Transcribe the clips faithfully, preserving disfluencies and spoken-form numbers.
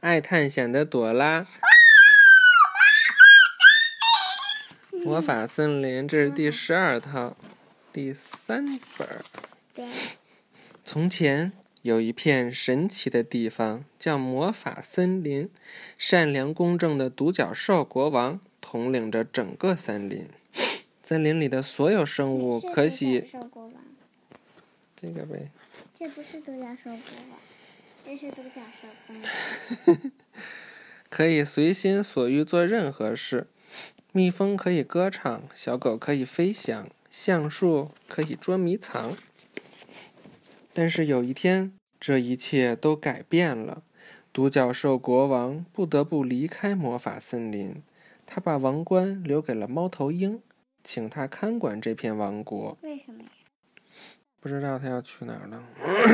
爱探险的朵拉。魔法森林，这是第十二套，第三本。 对。 从前有一片神奇的地方，叫魔法森林。善良公正的独角兽国王统领着整个森林。森林里的所有生物可喜。这个呗。 这不是独角兽国王，这是独角兽公主。 可以随心所欲做任何事。蜜蜂可以歌唱，小狗可以飞翔，橡树可以捉迷藏。但是有一天，这一切都改变了。独角兽国王不得不离开魔法森林，他把王冠留给了猫头鹰，请他看管这片王国。 为什么呀？ 不知道他要去哪儿了。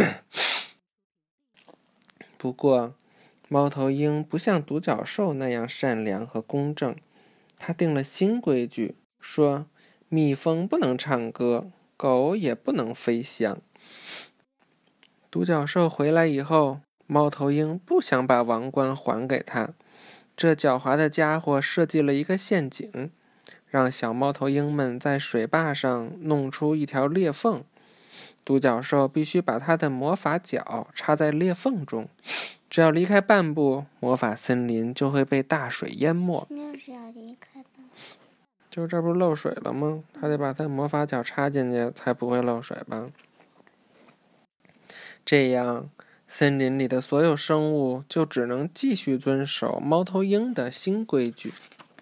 不过，猫头鹰不像独角兽那样善良和公正。他定了新规矩，说蜜蜂不能唱歌，狗也不能飞翔。独角兽回来以后，猫头鹰不想把王冠还给他。这狡猾的家伙设计了一个陷阱，让小猫头鹰们在水坝上弄出一条裂缝。独角兽必须把他的魔法脚插在裂缝中，只要离开半步，魔法森林就会被大水淹没。 就是要离开半步， 就是这不是漏水了吗？他得把他魔法脚插进去才不会漏水吧。这样，森林里的所有生物就只能继续遵守猫头鹰的新规矩。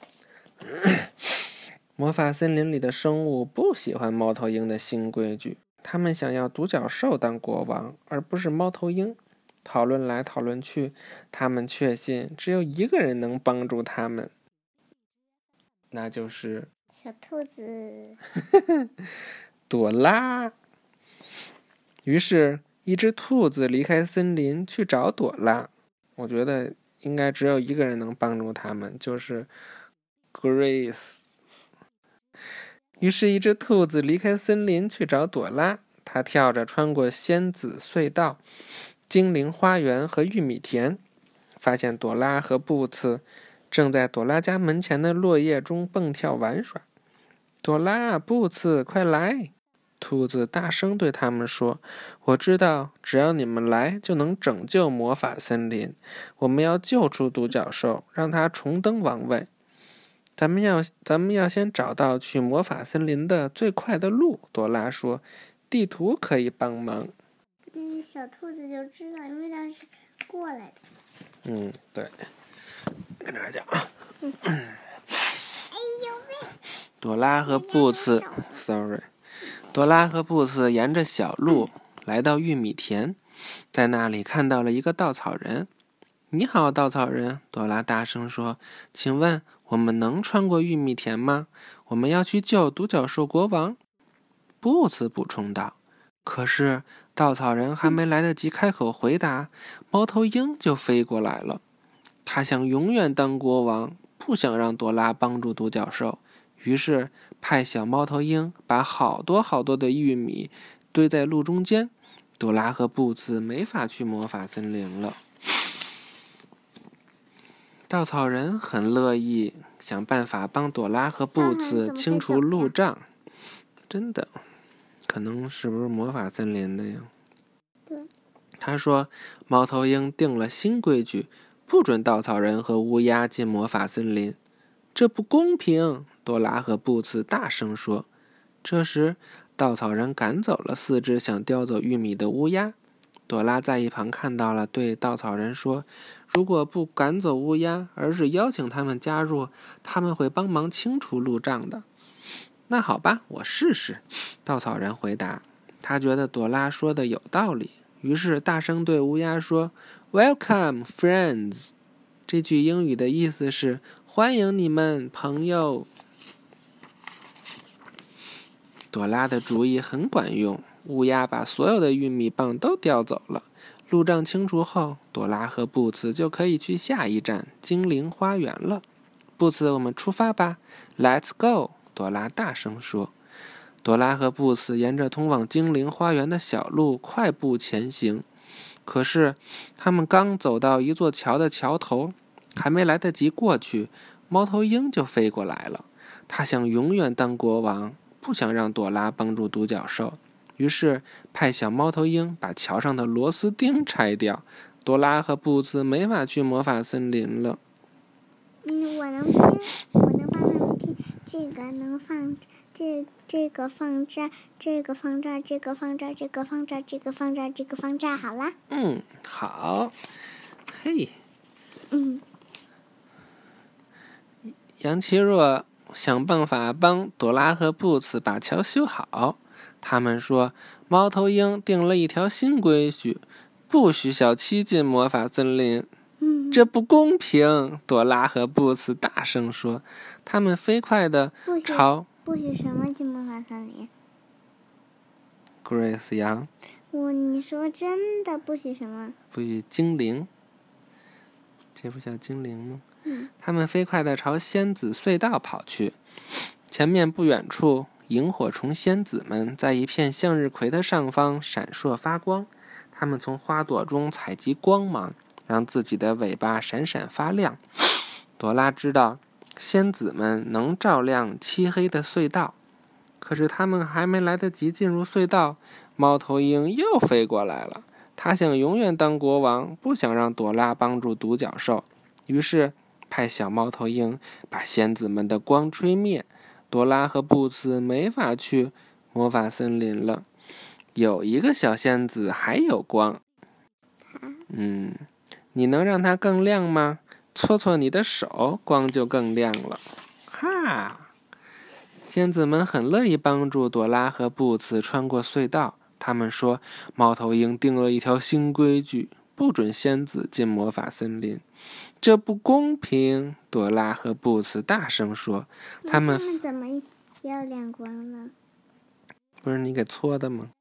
魔法森林里的生物不喜欢猫头鹰的新规矩，他们想要独角兽当国王，而不是猫头鹰。讨论来讨论去，他们确信只有一个人能帮助他们，那就是小兔子朵拉。于是，一只兔子离开森林去找朵拉。我觉得应该只有一个人能帮助他们，就是 Grace。于是，一只兔子离开森林去找朵拉。它跳着穿过仙子隧道、精灵花园和玉米田，发现朵拉和布茨正在朵拉家门前的落叶中蹦跳玩耍。朵拉、布茨，快来！兔子大声对他们说：“我知道，只要你们来，就能拯救魔法森林。我们要救出独角兽，让它重登王位。咱们要，咱们要先找到去魔法森林的最快的路。”朵拉说：“地图可以帮忙。” 嗯，小兔子就知道，因为它是过来的。 嗯，对。跟这儿讲。 嗯、哎呦喂！ 朵拉和布茨 ，sorry。朵拉和布茨沿着小路来到玉米田，在那里看到了一个稻草人。你好，稻草人，朵拉大声说，请问我们能穿过玉米田吗？我们要去救独角兽国王。布茨补充道。可是稻草人还没来得及开口回答，猫头鹰就飞过来了。他想永远当国王，不想让朵拉帮助独角兽，于是派小猫头鹰把好多好多的玉米堆在路中间，朵拉和布茨没法去魔法森林了。稻草人很乐意想办法帮朵拉和布茨清除路障。真的，可能是不是魔法森林的呀？ 对。 他说，猫头鹰定了新规矩，不准稻草人和乌鸦进魔法森林。这不公平！朵拉和布茨大声说。这时，稻草人赶走了四只想叼走玉米的乌鸦。朵拉在一旁看到了，对稻草人说：“如果不赶走乌鸦，而是邀请他们加入，他们会帮忙清除路障的。”那好吧，我试试。稻草人回答。他觉得朵拉说的有道理，于是大声对乌鸦说 ：“Welcome, friends。”这句英语的意思是欢迎你们，朋友。朵拉的主意很管用，乌鸦把所有的玉米棒都叼走了。路障清除后，朵拉和布茨就可以去下一站精灵花园了。布茨，我们出发吧 ！Let's go！ 朵拉大声说。朵拉和布茨沿着通往精灵花园的小路快步前行。 可是他们刚走到一座桥的桥头，还没来得及过去，猫头鹰就飞过来了。他想永远当国王，不想让朵拉帮助独角兽，于是派小猫头鹰把桥上的螺丝钉拆掉，朵拉和布兹没法去魔法森林了。 嗯，我能听，我能帮他们听。这个能放，这这个放这儿，这个放这儿，这个放这儿，这个放这儿，这个放这儿，这个放这儿，好啦。 嗯，好。嘿， 嗯， 杨奇若想办法帮朵拉和布茨把桥修好。他们说，猫头鹰定了一条新规矩，不许小七进魔法森林。 嗯， 这不公平！朵拉和布茨大声说。他们飞快地朝不许什么进魔法森林。 Grace 羊， 我你说真的不许什么？ 不许精灵。这不叫精灵吗？ 嗯。 他们飞快地朝仙子隧道跑去。前面不远处，萤火虫仙子们在一片向日葵的上方闪烁发光。他们从花朵中采集光芒，让自己的尾巴闪闪发亮。朵拉知道仙子们能照亮漆黑的隧道，可是他们还没来得及进入隧道，猫头鹰又飞过来了。他想永远当国王，不想让朵拉帮助独角兽，于是派小猫头鹰把仙子们的光吹灭。朵拉和布茨没法去魔法森林了。有一个小仙子还有光。嗯，你能让它更亮吗？搓搓你的手，光就更亮了。哈！仙子们很乐意帮助朵拉和布茨穿过隧道。他们说，猫头鹰定了一条新规矩，不准仙子进魔法森林。这不公平！朵拉和布茨大声说。他们他们怎么要亮光了？ 不是你给搓的吗？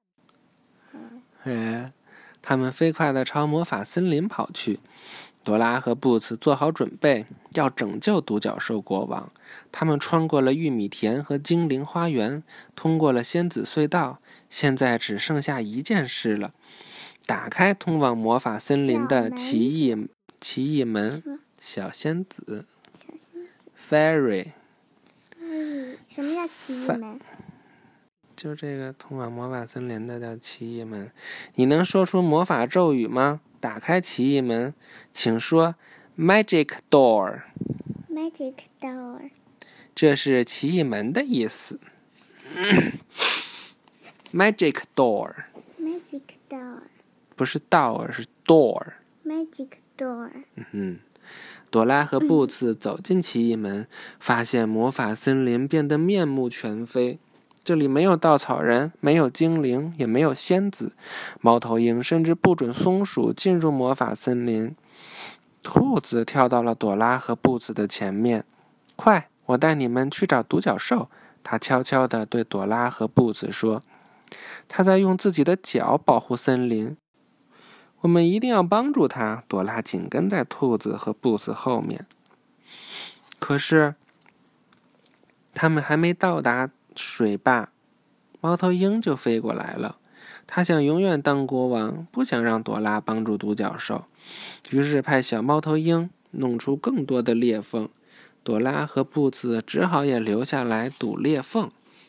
哎，他们飞快地朝魔法森林跑去。朵拉和布茨做好准备，要拯救独角兽国王。他们穿过了玉米田和精灵花园，通过了仙子隧道。现在只剩下一件事了：打开通往魔法森林的奇异奇异门。小仙子 ，Fairy。 什么叫奇异门？ 就这个通往魔法森林的叫奇异门。你能说出魔法咒语吗？打开奇异门，请说 Magic Door。Magic Door。 这是奇异门的意思。Magic Door。Magic Door。 不是 door， 是 door。Magic Door。 嗯哼。朵拉和布茨走进奇异门，发现魔法森林变得面目全非。这里没有稻草人，没有精灵，也没有仙子。猫头鹰甚至不准松鼠进入魔法森林。兔子跳到了朵拉和布茨的前面。快，我带你们去找独角兽。他悄悄地对朵拉和布茨说。他在用自己的脚保护森林。我们一定要帮助他。朵拉紧跟在兔子和布茨后面。可是他们还没到达水坝，猫头鹰就飞过来了。他想永远当国王，不想让朵拉帮助独角兽，于是派小猫头鹰弄出更多的裂缝。朵拉和布茨只好也留下来堵裂缝。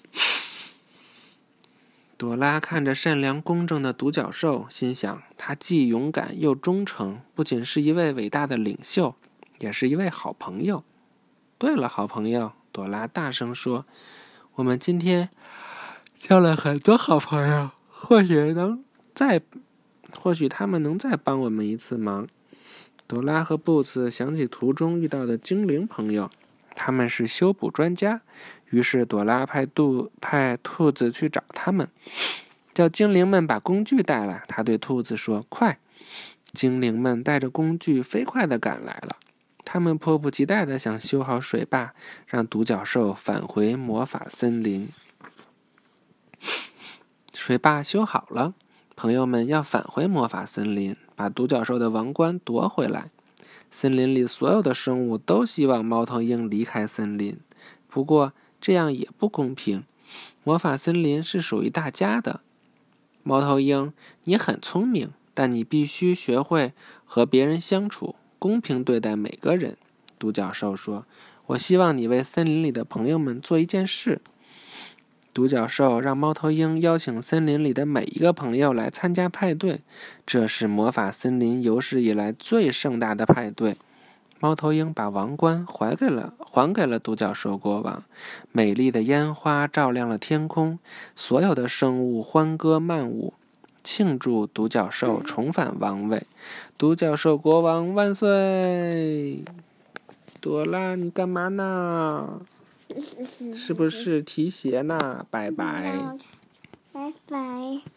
朵拉看着善良公正的独角兽，心想他既勇敢又忠诚，不仅是一位伟大的领袖，也是一位好朋友。对了，好朋友，朵拉大声说，我们今天交了很多好朋友，或许能再，或许他们能再帮我们一次忙。朵拉和布茨想起途中遇到的精灵朋友，他们是修补专家。于是朵拉派兔派兔子去找他们，叫精灵们把工具带来。他对兔子说：“快！”精灵们带着工具飞快地赶来了。他们迫不及待地想修好水坝，让独角兽返回魔法森林。水坝修好了，朋友们要返回魔法森林，把独角兽的王冠夺回来。森林里所有的生物都希望猫头鹰离开森林，不过这样也不公平。魔法森林是属于大家的。猫头鹰，你很聪明， 但你必须学会和别人相处，公平对待每个人。独角兽说，我希望你为森林里的朋友们做一件事。独角兽让猫头鹰邀请森林里的每一个朋友来参加派对，这是魔法森林有史以来最盛大的派对。猫头鹰把王冠还给了还给了独角兽国王，美丽的烟花照亮了天空，所有的生物欢歌曼舞，庆祝独角兽重返王位。独角兽国王万岁！朵拉，你干嘛呢？是不是提鞋呢？拜拜。 拜拜。